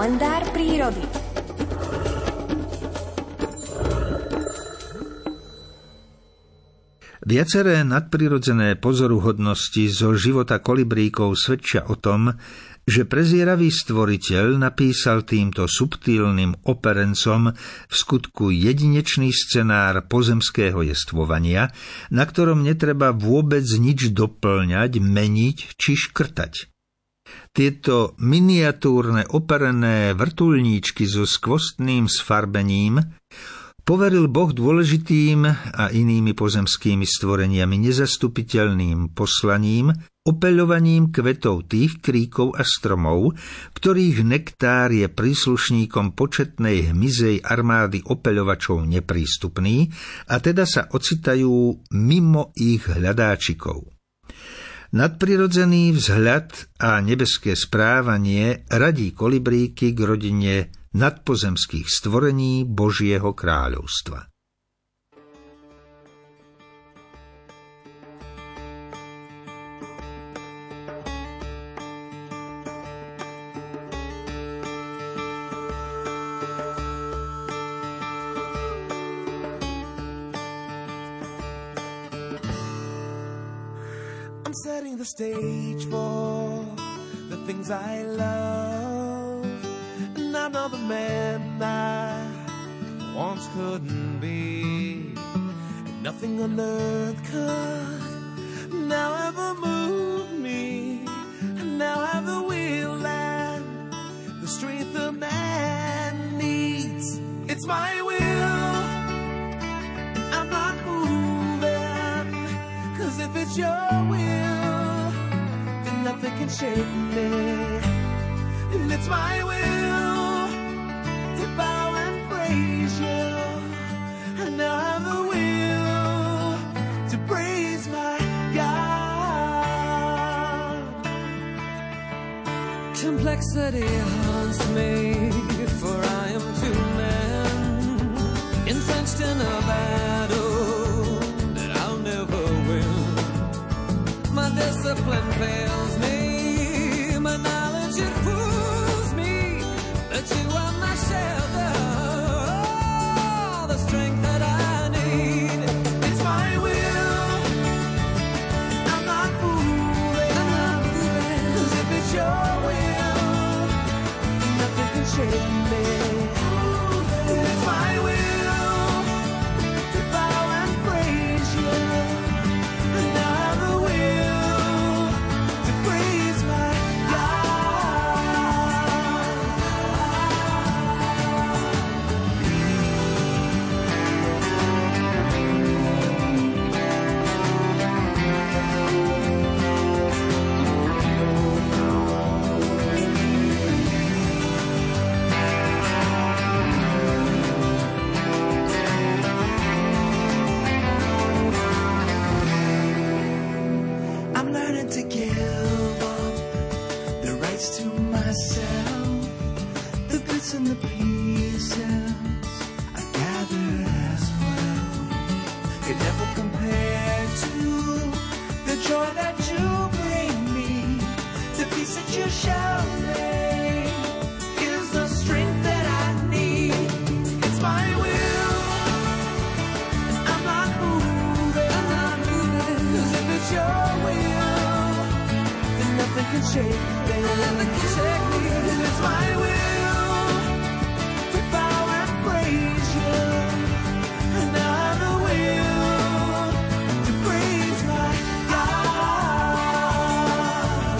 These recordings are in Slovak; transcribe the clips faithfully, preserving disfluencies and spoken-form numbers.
kalendár prírody. Viaceré nadprirodzené pozoruhodnosti zo života kolibríkov svedčia o tom, že prezieravý stvoriteľ napísal týmto subtilným operencom v skutku jedinečný scenár pozemského jestvovania, na ktorom netreba vôbec nič doplňať, meniť či škrtať. Tieto miniatúrne operené vrtuľníčky so skvostným sfarbením poveril Boh dôležitým a inými pozemskými stvoreniami nezastupiteľným poslaním, opeľovaním kvetov tých kríkov a stromov, ktorých nektár je príslušníkom početnej hmyzej armády opeľovačov neprístupný a teda sa ocitajú mimo ich hľadáčikov. Nadprirodzený vzhľad a nebeské správanie radí kolibríky k rodine nadpozemských stvorení Božieho kráľovstva. I'm setting the stage for the things I love, and I'm not the man I once couldn't be, and nothing on earth could now ever move me, and now I have the will and the strength a man needs. It's my will, and I'm not moving, 'cause if it's your will, then nothing can shake me. And it's my will to bow and praise you, and now I have the will to praise my God. Complexity haunts me, for I am two men entrenched in a battle that I'll never win. My discipline fails me, my knowledge it fools me, that you are my shelter, oh, the strength that I need. It's my will, I'm not moving, I'm not moving, 'cause if it's your will, then nothing can shake me. And it's my will to bow and praise you, and now I have the will to praise my God. I'm learning to give up the rights to myself, the bits and the pieces I gather as well. It never compared to the joy that you bring me, the peace that you show me is the strength that I need. It's my will, and I'm not moving, I'm not moving, 'cause if it's your will, then nothing can shake me. nothing can shake me. And it's my will to bow and praise you, and now I have the will to praise my God.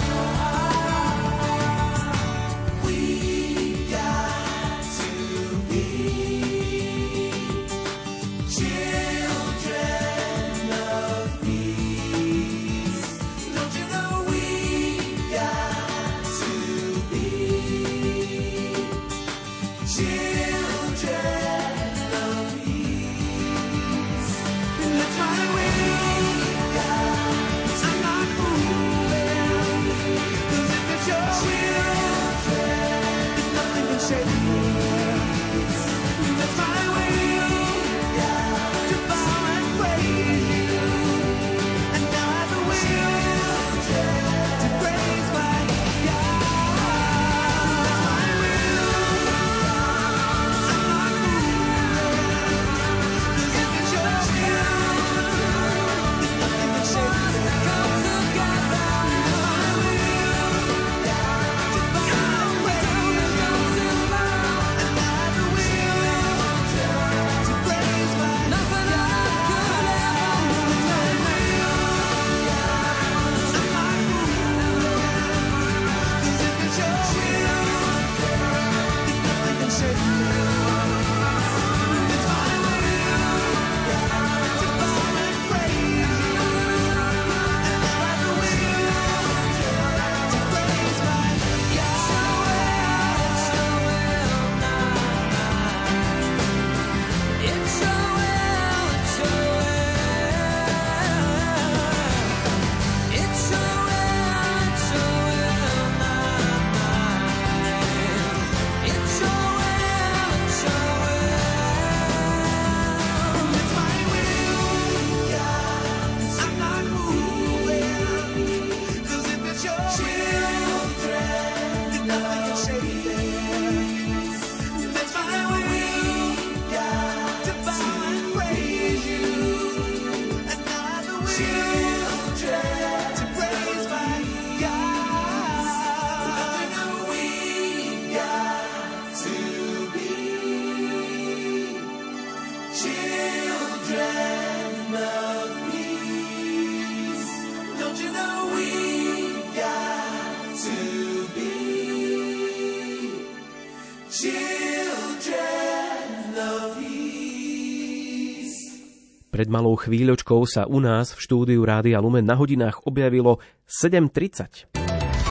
We got to be children of peace. Don't you know we got to be Pred malou chvíľočkou sa u nás v štúdiu Rádia Lumen na hodinách objavilo sedem tridsať.